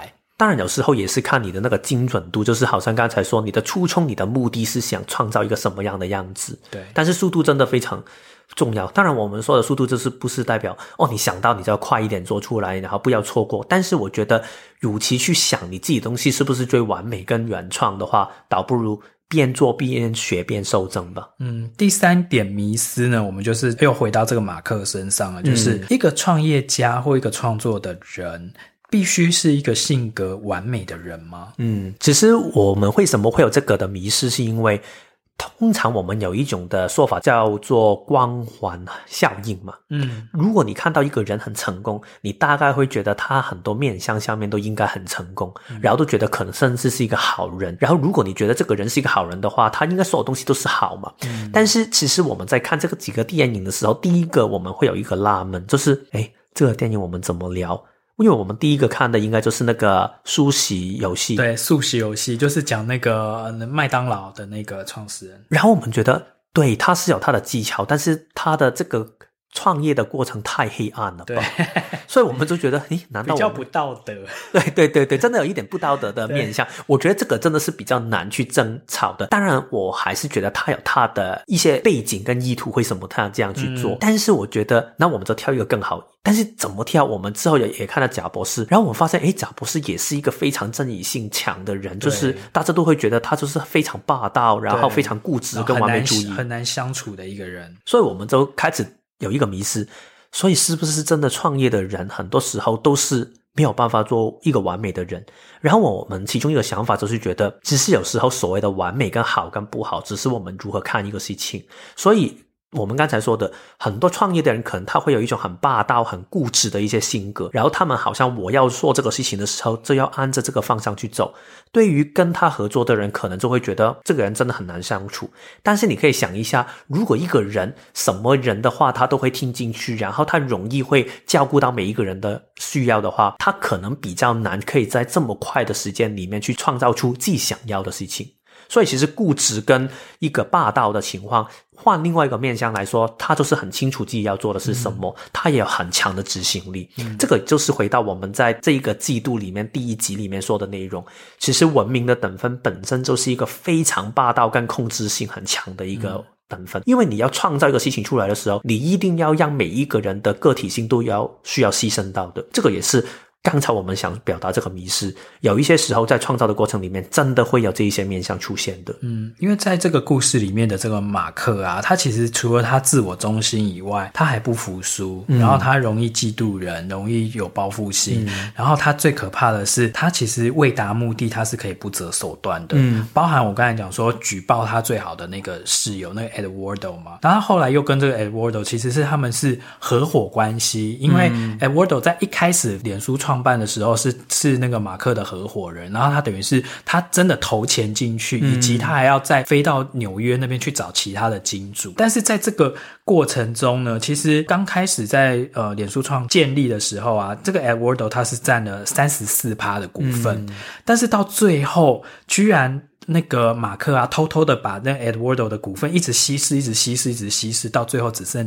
当然有时候也是看你的那个精准度，就是好像刚才说你的初衷你的目的是想创造一个什么样的样子， 对， 但是速度真的非常重要。当然我们说的速度就是不是代表你想到你就要快一点做出来，然后不要错过，但是我觉得与其去想你自己东西是不是最完美跟原创的话，倒不如边做边学边受证吧。 第3点迷思呢，我们就是又回到这个马克身上了，就是一个创业家或一个创作的人必须是一个性格完美的人吗？ 其实我们为什么会有这个的迷思，是因为通常我们有一种的说法叫做光环效应嘛。如果你看到一个人很成功，你大概会觉得他很多面向下面都应该很成功，然后都觉得可能甚至是一个好人，然后如果你觉得这个人是一个好人的话，他应该所有东西都是好嘛。但是其实我们在看这个几个电影的时候，第一个我们会有一个纳闷，就是这个电影我们怎么聊？因为我们第一个看的应该就是那个速洗游戏， 对，速洗游戏就是讲那个麦当劳的那个创始人， 然后我们觉得对，他是有他的技巧，但是他的这个创业的过程太黑暗了吧， 对， 所以我们就觉得难道比较不道德， 对，真的有一点不道德的面向。我觉得这个真的是比较难去争吵的。当然我还是觉得他有他的一些背景跟意图，为什么他要这样去做，但是我觉得那我们就挑一个更好，但是怎么挑，我们之后也看到贾博士，然后我们发现贾博士也是一个非常正义性强的人，就是大家都会觉得他就是非常霸道，然后非常固执跟完美主义， 很难相处的一个人。 所以我们就开始有一个迷思，所以是不是真的创业的人很多时候都是没有办法做一个完美的人？然后我们其中一个想法就是觉得其实有时候所谓的完美跟好跟不好，只是我们如何看一个事情。所以我们刚才说的很多创业的人可能他会有一种很霸道很固执的一些性格，然后他们好像我要做这个事情的时候就要按着这个方向去走，对于跟他合作的人可能就会觉得这个人真的很难相处。但是你可以想一下，如果一个人什么人的话他都会听进去，然后他容易会照顾到每一个人的需要的话，他可能比较难可以在这么快的时间里面去创造出自己想要的事情。所以其实固执跟一个霸道的情况，换另外一个面向来说，他就是很清楚自己要做的是什么，他也有很强的执行力。这个就是回到我们在这一个季度里面第1集里面说的内容，其实文明的等分本身就是一个非常霸道跟控制性很强的一个等分，因为你要创造一个事情出来的时候，你一定要让每一个人的个体性都需要牺牲到的。这个也是刚才我们想表达这个迷思，有一些时候在创造的过程里面真的会有这一些面向出现的。 因为在这个故事里面的这个马克啊，他其实除了他自我中心以外，他还不服输，然后他容易嫉妒人，容易有报复心，然后他最可怕的是他其实为达目的他是可以不择手段的，包含我刚才讲说举报他最好的那个室友那个 Eduardo 嘛，然后他后来又跟这个 Eduardo 其实是他们是合伙关系，因为 Eduardo 在一开始脸书创办的时候是那个马克的合伙人，然后他等于是他真的投钱进去，以及他还要再飞到纽约那边去找其他的金主。但是在这个过程中呢，其实刚开始在脸书创建立的时候啊，这个 Eduardo 他是占了 34% 的股份，但是到最后居然那个马克啊偷偷的把那 Eduardo 的股份一直稀释到最后只剩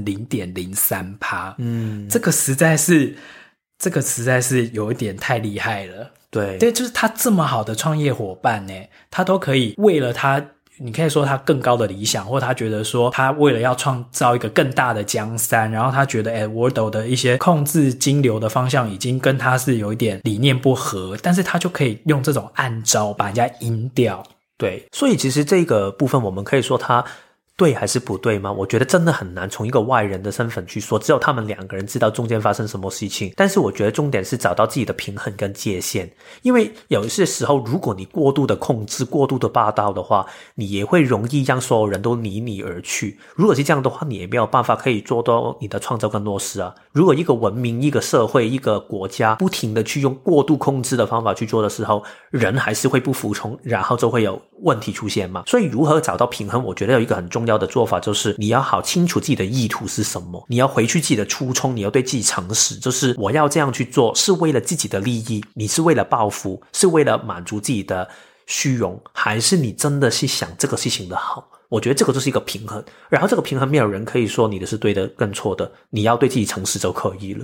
0.03%。这个实在是有一点太厉害了。对，就是他这么好的创业伙伴他都可以为了他，你可以说他更高的理想，或他觉得说他为了要创造一个更大的江山，然后他觉得Eduardo的一些控制金流的方向已经跟他是有一点理念不合，但是他就可以用这种暗招把人家阴掉。 对，所以其实这个部分我们可以说他对还是不对吗？我觉得真的很难从一个外人的身份去说，只有他们两个人知道中间发生什么事情。但是我觉得重点是找到自己的平衡跟界限，因为有些时候如果你过度的控制过度的霸道的话，你也会容易让所有人都离你而去。如果是这样的话，你也没有办法可以做到你的创造跟落实啊。如果一个文明一个社会一个国家不停的去用过度控制的方法去做的时候，人还是会不服从，然后就会有问题出现嘛。所以如何找到平衡，我觉得有一个很重要的做法，就是你要好清楚自己的意图是什么，你要回去自己的初衷，你要对自己诚实，就是我要这样去做是为了自己的利益，你是为了报复，是为了满足自己的虚荣，还是你真的是想这个事情的好。我觉得这个就是一个平衡，然后这个平衡没有人可以说你的是对的跟错的，你要对自己诚实就可以了。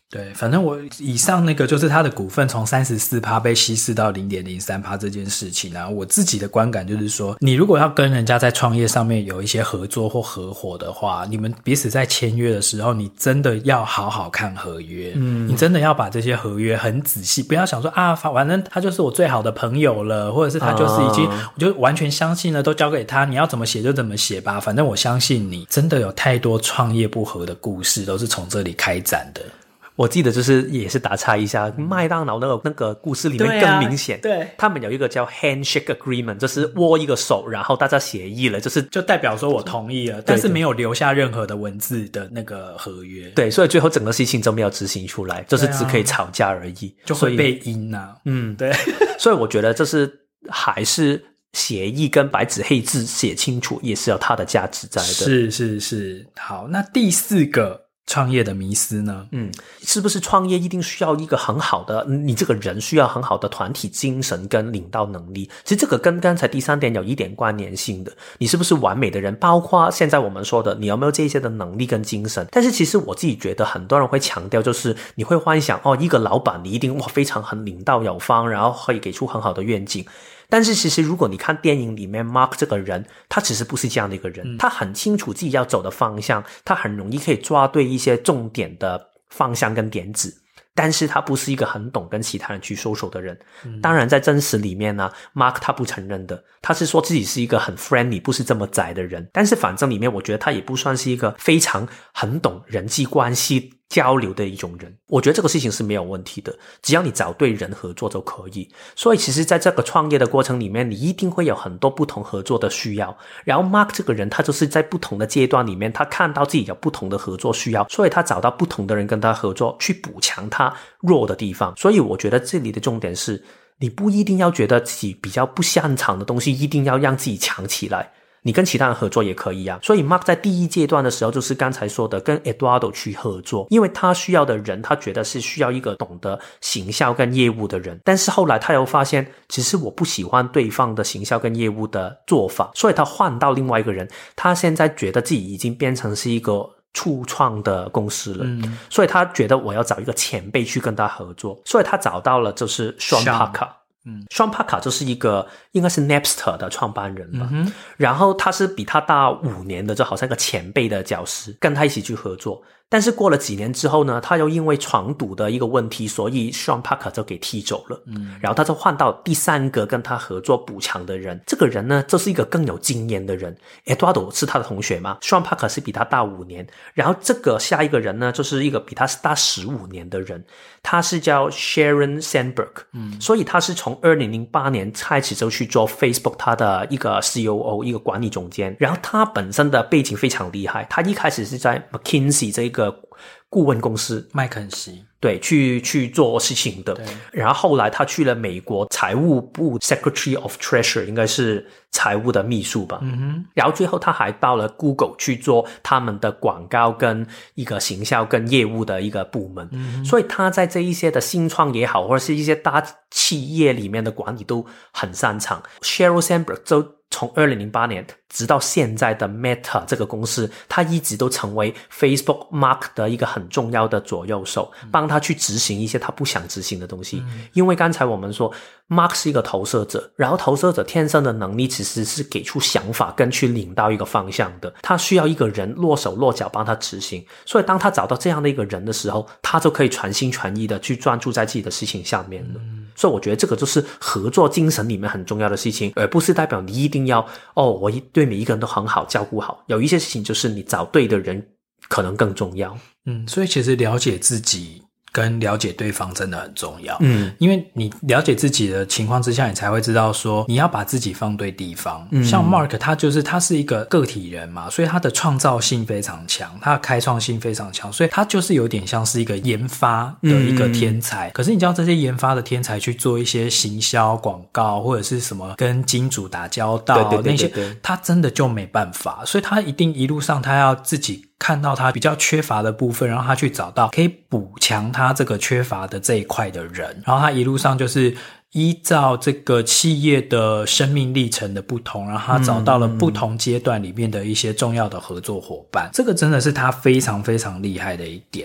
对，反正我以上那个就是他的股份从 34% 被稀释到 0.03% 这件事情啊，我自己的观感就是说，你如果要跟人家在创业上面有一些合作或合伙的话，你们彼此在签约的时候，你真的要好好看合约，你真的要把这些合约很仔细，不要想说啊，反正他就是我最好的朋友了，或者是他就是已经我就完全相信了，都交给他，你要怎么写就怎么写吧，反正我相信你。真的有太多创业不合的故事都是从这里开展的。 我记得就是也是打岔一下，麦当劳那个故事里面更明显， 对， 他们有一个叫 handshake agreement， 就是握一个手，然后大家协议了，就代表说我同意了，但是没有留下任何的文字的那个合约。 对，所以最后整个事情都没有执行出来，就是只可以吵架而已， 就会被阴啊。对， 所以我觉得这是还是协议跟白纸黑字写清楚，也是有它的价值在的。 是。好，那第4个创业的迷思呢？ 是不是创业一定需要一个很好的，你这个人需要很好的团体精神跟领导能力？其实这个跟刚才第3点有一点关联性的，你是不是完美的人，包括现在我们说的你有没有这些的能力跟精神。但是其实我自己觉得很多人会强调，就是你会幻想一个老板你一定非常很领导有方，然后可以给出很好的愿景。但是其实如果你看电影里面 Mark 这个人，他其实不是这样的一个人，他很清楚自己要走的方向，他很容易可以抓对一些重点的方向跟点子，但是他不是一个很懂跟其他人去收手的人。当然在真实里面呢，Mark 他不承认的，他是说自己是一个很 friendly 不是这么宅的人，但是反正里面我觉得他也不算是一个非常很懂人际关系交流的一种人。我觉得这个事情是没有问题的，只要你找对人合作就可以。所以其实在这个创业的过程里面，你一定会有很多不同合作的需要，然后 Mark 这个人他就是在不同的阶段里面，他看到自己有不同的合作需要，所以他找到不同的人跟他合作，去补强他弱的地方。所以我觉得这里的重点是，你不一定要觉得自己比较不擅长的东西一定要让自己强起来，你跟其他人合作也可以啊。所以 Mark 在第一阶段的时候，就是刚才说的跟 Eduardo 去合作，因为他需要的人，他觉得是需要一个懂得行销跟业务的人。但是后来他又发现，其实我不喜欢对方的行销跟业务的做法，所以他换到另外一个人。他现在觉得自己已经变成是一个初创的公司了，所以他觉得我要找一个前辈去跟他合作，所以他找到了就是 Sean Parker。Sean Parker 就是一个应该是 Napster 的创办人吧，然后他是比他大5年的，就好像一个前辈的角色，跟他一起去合作。但是过了几年之后呢，他又因为闯赌的一个问题，所以 Sean Parker 就给踢走了。然后他就换到第3个跟他合作补强的人，这个人呢就是一个更有经验的人。Eduardo 是他的同学嘛， Sean Parker 是比他大5年，然后这个下一个人呢就是一个比他大15年的人，他是叫 Sharon Sandberg。所以他是从2008年开始就去做 Facebook 他的一个 COO 一个管理总监，然后他本身的背景非常厉害，他一开始是在 McKinsey 这个顾问公司麦肯锡， 对，去做事情的。然后后来他去了美国财务部 Secretary of Treasury， 应该是财务的秘书吧。然后最后他还到了 Google 去做他们的广告跟一个行销跟业务的一个部门。所以他在这一些的新创也好，或者是一些大企业里面的管理都很擅长。Sheryl Sandberg 就从2008年直到现在的 Meta 这个公司，他一直都成为 Facebook Mark 的一个很重要的左右手，帮他去执行一些他不想执行的东西。因为刚才我们说 Mark 是一个投射者，然后投射者天生的能力其实是给出想法跟去领到一个方向的，他需要一个人落手落脚帮他执行。所以当他找到这样的一个人的时候，他就可以全心全意的去专注在自己的事情上面了。所以我觉得这个就是合作精神里面很重要的事情，而不是代表你一定要我对每一个人都很好照顾好，有一些事情就是你找对的人可能更重要。 所以其实了解自己跟了解对方真的很重要。因为你了解自己的情况之下，你才会知道说你要把自己放对地方。像 Mark 他是一个个体人嘛，所以他的创造性非常强，他的开创性非常强，所以他就是有点像是一个研发的一个天才。可是你叫这些研发的天才去做一些行销广告或者是什么跟金主打交道，那些他真的就没办法，所以他一定一路上他要自己看到他比较缺乏的部分，然后他去找到可以补强他这个缺乏的这一块的人，然后他一路上就是依照这个企业的生命历程的不同，然后他找到了不同阶段里面的一些重要的合作伙伴。这个真的是他非常非常厉害的一点。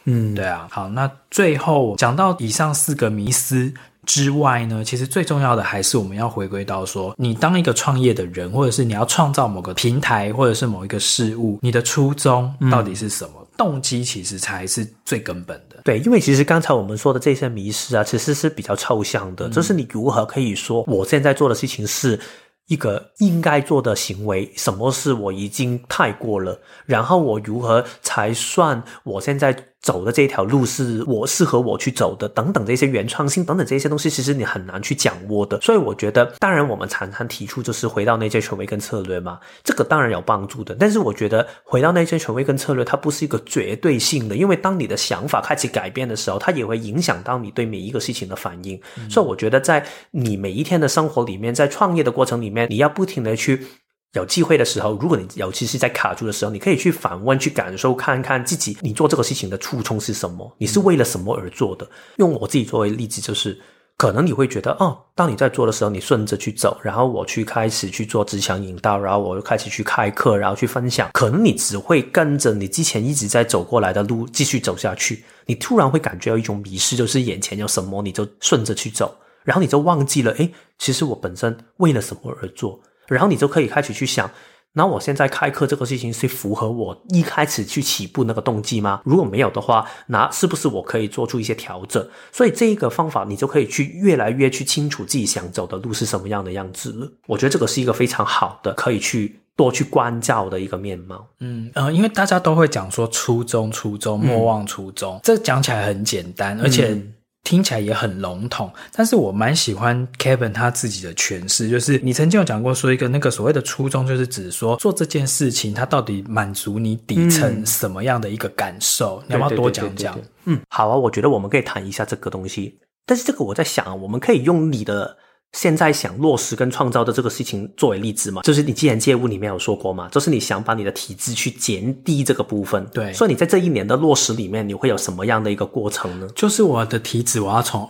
对啊。好，那最后讲到以上4个迷思之外呢，其实最重要的还是我们要回归到说，你当一个创业的人，或者是你要创造某个平台或者是某一个事物，你的初衷到底是什么？动机其实才是最根本的。 对，因为其实刚才我们说的这些迷思啊，其实是比较抽象的，就是你如何可以说我现在做的事情是一个应该做的行为，什么事我已经太过了，然后我如何才算我现在走的这条路是我适合我去走的，等等这些原创性等等这些东西，其实你很难去掌握的。所以我觉得当然我们常常提出就是回到内在权威跟策略嘛，这个当然有帮助的，但是我觉得回到内在权威跟策略它不是一个绝对性的，因为当你的想法开始改变的时候，它也会影响到你对每一个事情的反应。所以我觉得在你每一天的生活里面，在创业的过程里面，你要不停的去有机会的时候，如果你尤其是在卡住的时候，你可以去反问，去感受看看自己你做这个事情的初衷是什么，你是为了什么而做的。用我自己作为例子，就是可能你会觉得当你在做的时候你顺着去走，然后我去开始去做职场引导，然后我又开始去开课，然后去分享，可能你只会跟着你之前一直在走过来的路继续走下去，你突然会感觉到一种迷失，就是眼前有什么你就顺着去走，然后你就忘记了其实我本身为了什么而做，然后你就可以开始去想，那我现在开课这个事情是符合我一开始去起步那个动机吗？如果没有的话，那是不是我可以做出一些调整？所以这一个方法你就可以去越来越去清楚自己想走的路是什么样的样子了。我觉得这个是一个非常好的可以去多去关照的一个面貌。 因为大家都会讲说初衷莫忘初衷，这讲起来很简单，而且听起来也很笼统，但是我蛮喜欢 Kevin 他自己的诠释，就是你曾经有讲过说一个那个所谓的初衷，就是指说做这件事情它到底满足你底层什么样的一个感受，你要不要多讲讲？ 好啊，我觉得我们可以谈一下这个东西，但是这个我在想我们可以用你的现在想落实跟创造的这个事情作为例子嘛，就是你既然业务里面有说过嘛，就是你想把你的体质去减低这个部分， 对， 所以你在这一年的落实里面你会有什么样的一个过程呢？ 就是我的体脂我要从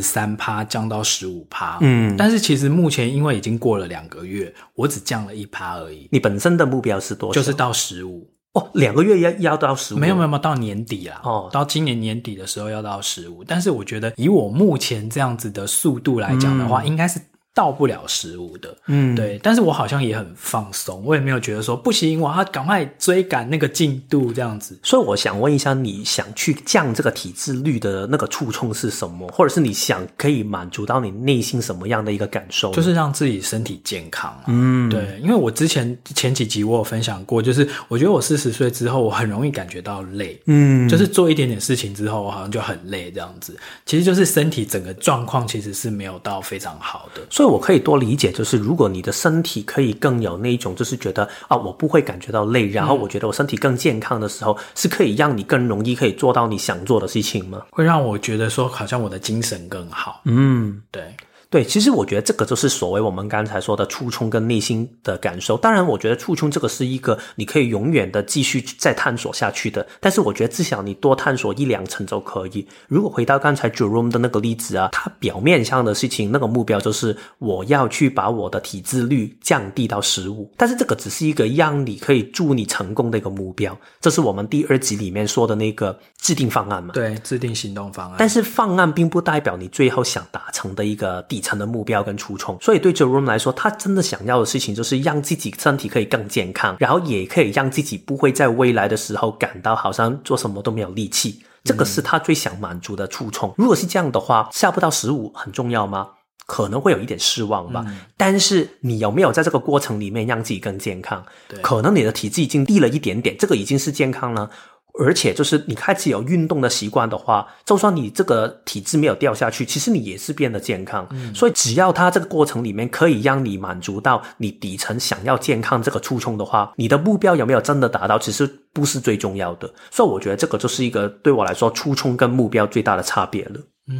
23% 降到 15%，但是其实目前因为已经过了2个月，我只降了 1% 而已。 你本身的目标是多少？ 就是到15%。 2个月要到15%？ 没有，到年底啦。到今年年底的时候要到15%，但是我觉得以我目前这样子的速度来讲的话，应该是到不了15的。对，但是我好像也很放松，我也没有觉得说不行，我要赶快追赶那个进度这样子。 所以我想问一下，你想去降这个体脂率的那个初衷是什么？或者是你想可以满足到你内心什么样的一个感受？ 就是让自己身体健康对，因为我之前几集我有分享过，就是我觉得我40岁之后我很容易感觉到累，就是做一点点事情之后我好像就很累这样子，其实就是身体整个状况其实是没有到非常好的。 所以我可以多理解，就是如果你的身体可以更有那一种就是觉得我不会感觉到累，然后我觉得我身体更健康的时候，是可以让你更容易可以做到你想做的事情吗？ 会让我觉得说好像我的精神更好。 对，其实我觉得这个就是所谓我们刚才说的初衷跟内心的感受。当然我觉得初衷这个是一个你可以永远的继续再探索下去的，但是我觉得至少你多探索1-2层就可以。如果回到刚才 Jerome 的那个例子啊，他表面上的事情那个目标就是我要去把我的体脂率降低到15%，但是这个只是一个让你可以助你成功的一个目标，这是我们第2集里面说的那个制定方案嘛。 对，制定行动方案。 但是方案并不代表你最后想达成的一个底层的目标跟初衷，所以对 Jerome 来说，他真的想要的事情就是让自己身体可以更健康，然后也可以让自己不会在未来的时候感到好像做什么都没有力气，这个是他最想满足的初衷。如果是这样的话，下不到15很重要吗？可能会有一点失望吧，但是你有没有在这个过程里面让自己更健康？可能你的体质已经低了一点点，这个已经是健康了，而且就是你开始有运动的习惯的话，就算你这个体质没有掉下去，其实你也是变得健康。所以只要它这个过程里面可以让你满足到你底层想要健康这个初衷的话，你的目标有没有真的达到其实不是最重要的。所以我觉得这个就是一个对我来说初衷跟目标最大的差别了。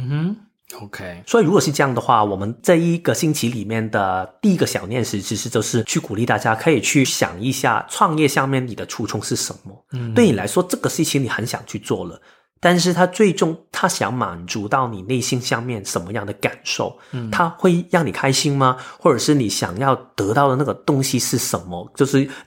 OK， 所以如果是这样的话，我们这一个星期里面的第一个小练习其实就是去鼓励大家可以去想一下创业上面你的初衷是什么。对你来说这个事情你很想去做了，但是它最终它想满足到你内心上面什么样的感受，它会让你开心吗？或者是你想要得到的那个东西是什么？就是你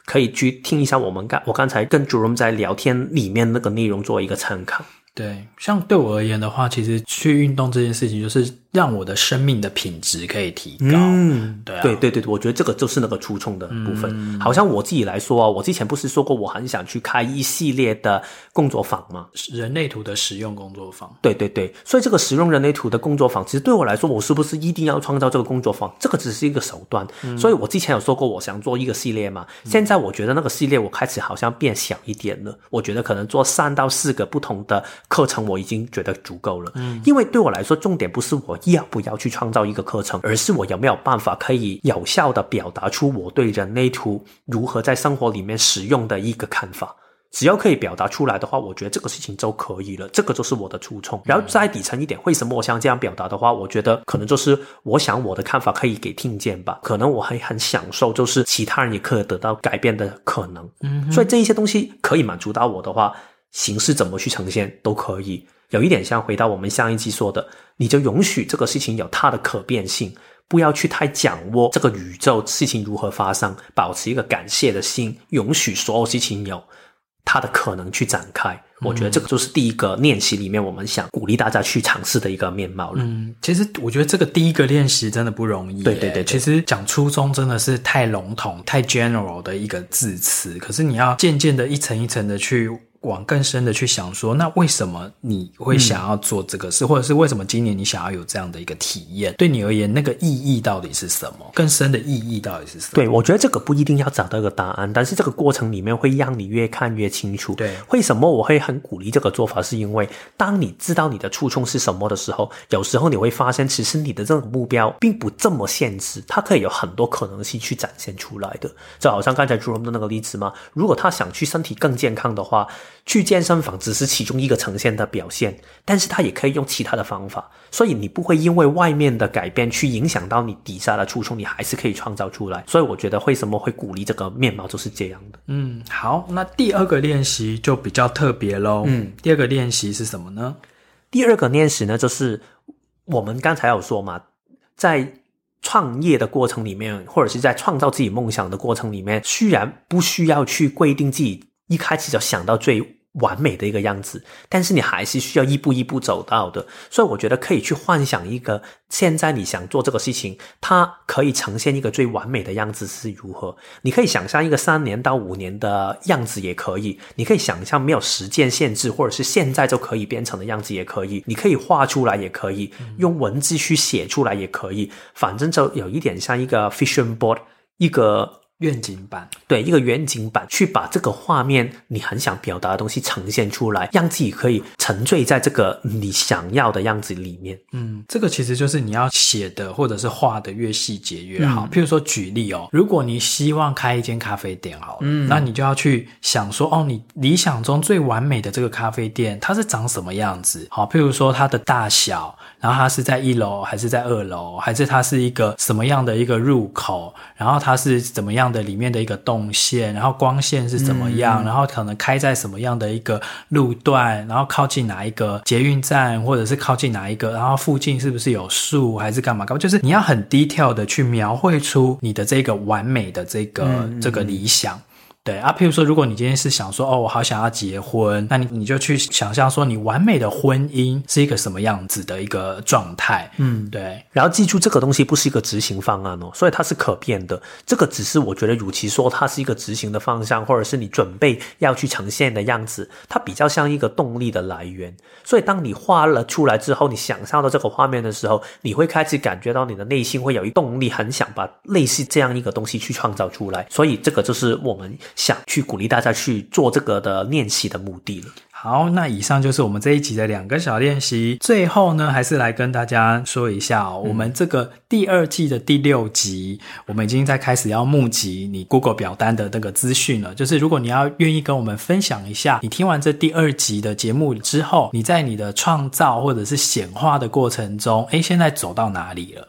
可以去听一下我刚才跟 Jerome 在聊天里面那个内容做一个参考。 对，像对我而言的话，其实去运动这件事情就是让我的生命的品质可以提高。对啊， 对，我觉得这个就是那个初衷的部分。好像我自己来说啊，我之前不是说过我很想去开一系列的工作坊吗？ 人类图的实用工作坊。 对，所以这个实用人类图的工作坊，其实对我来说，我是不是一定要创造这个工作坊？这个只是一个手段。所以我之前有说过我想做一个系列嘛，现在我觉得那个系列我开始好像变小一点了，我觉得可能做3到4个不同的课程我已经觉得足够了。因为对我来说，重点不是我要不要去创造一个课程，而是我有没有办法可以有效的表达出我对人类图如何在生活里面使用的一个看法。只要可以表达出来的话，我觉得这个事情就可以了，这个就是我的初衷。然后再底层一点，为什么我想这样表达的话，我觉得可能就是我想我的看法可以给听见吧，可能我会很享受就是其他人也可以得到改变的可能。所以这一些东西可以满足到我的话，形式怎么去呈现都可以。有一点像回到我们上一集说的，你就允许这个事情有它的可变性，不要去太掌握这个宇宙事情如何发生，保持一个感谢的心，允许所有事情有它的可能去展开。我觉得这个就是第一个练习里面我们想鼓励大家去尝试的一个面貌了。 其实我觉得这个第一个练习真的不容易。 对， 其实讲初衷真的是太笼统太 general 的一个字词，可是你要渐渐的一层一层的去往更深的去想说，那为什么你会想要做这个事，或者是为什么今年你想要有这样的一个体验，对你而言那个意义到底是什么，更深的意义到底是什么。 对，我觉得这个不一定要找到一个答案，但是这个过程里面会让你越看越清楚。 对， 为什么我会很鼓励这个做法，是因为当你知道你的初衷是什么的时候，有时候你会发现其实你的这个目标并不这么限制，它可以有很多可能性去展现出来的。就好像刚才 Jerome 的那个例子嘛，如果他想去身体更健康的话，去健身房只是其中一个呈现的表现，但是他也可以用其他的方法，所以你不会因为外面的改变去影响到你底下的初衷，你还是可以创造出来。所以我觉得为什么会鼓励这个面貌就是这样的。 好，那第二个练习就比较特别咯。第二个练习是什么呢？ 第二个练习呢，就是我们刚才有说嘛，在创业的过程里面，或者是在创造自己梦想的过程里面，虽然不需要去规定自己一开始就想到最完美的一个样子，但是你还是需要一步一步走到的。所以我觉得可以去幻想一个现在你想做这个事情，它可以呈现一个最完美的样子是如何。你可以想象一个3年到5年的样子也可以，你可以想象没有时间限制或者是现在就可以变成的样子也可以，你可以画出来也可以，用文字去写出来也可以，反正就有一点像一个 vision board， 一个愿景版。 对，一个远景版，去把这个画面你很想表达的东西呈现出来，让自己可以沉醉在这个你想要的样子里面。 这个其实就是你要写的或者是画的越细节越好。譬如说举例如果你希望开一间咖啡店好了，那你就要去想说你理想中最完美的这个咖啡店它是长什么样子。好，譬如说它的大小，然后它是在1楼还是在2楼，还是它是一个什么样的一个入口，然后它是怎么样的里面的一个动线，然后光线是怎么样，然后可能开在什么样的一个路段，然后靠近哪一个捷运站，或者是靠近哪一个，然后附近是不是有树还是干嘛，就是你要很detail的去描绘出你的这个完美的这个理想。对啊，譬如说如果你今天是想说我好想要结婚，那你就去想象说你完美的婚姻是一个什么样子的一个状态。对。 然后记住这个东西不是一个执行方案所以它是可变的。这个只是我觉得与其说它是一个执行的方向，或者是你准备要去呈现的样子，它比较像一个动力的来源。所以当你画了出来之后，你想象到这个画面的时候，你会开始感觉到你的内心会有一动力，很想把类似这样一个东西去创造出来。所以这个就是我们想去鼓励大家去做这个的练习的目的了。 好，那以上就是我们这一集的2个小练习。最后呢，还是来跟大家说一下我们这个第2季的第6集，我们已经在开始要募集你 Google 表单的那个资讯了。就是如果你要愿意跟我们分享一下，你听完这第2集的节目之后，你在你的创造或者是显化的过程中，现在走到哪里了？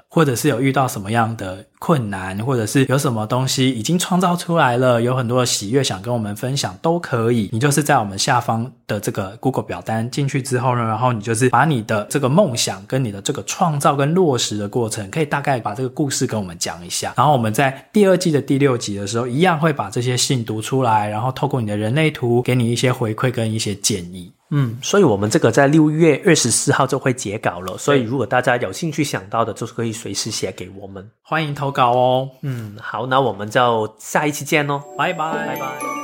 或者是有遇到什么样的困难，或者是有什么东西已经创造出来了，有很多的喜悦想跟我们分享都可以。你就是在我们下方的这个 Google 表单进去之后呢，然后你就是把你的这个梦想跟你的这个创造跟落实的过程，可以大概把这个故事跟我们讲一下。然后我们在第2季的第6集的时候，一样会把这些信读出来，然后透过你的人类图给你一些回馈跟一些建议。 所以我们这个在6月24号就会截稿了，所以如果大家有兴趣想到的，就是可以随时写给我们， 欢迎投稿哦。 好，那我们就下一期见咯， 拜拜， 拜拜。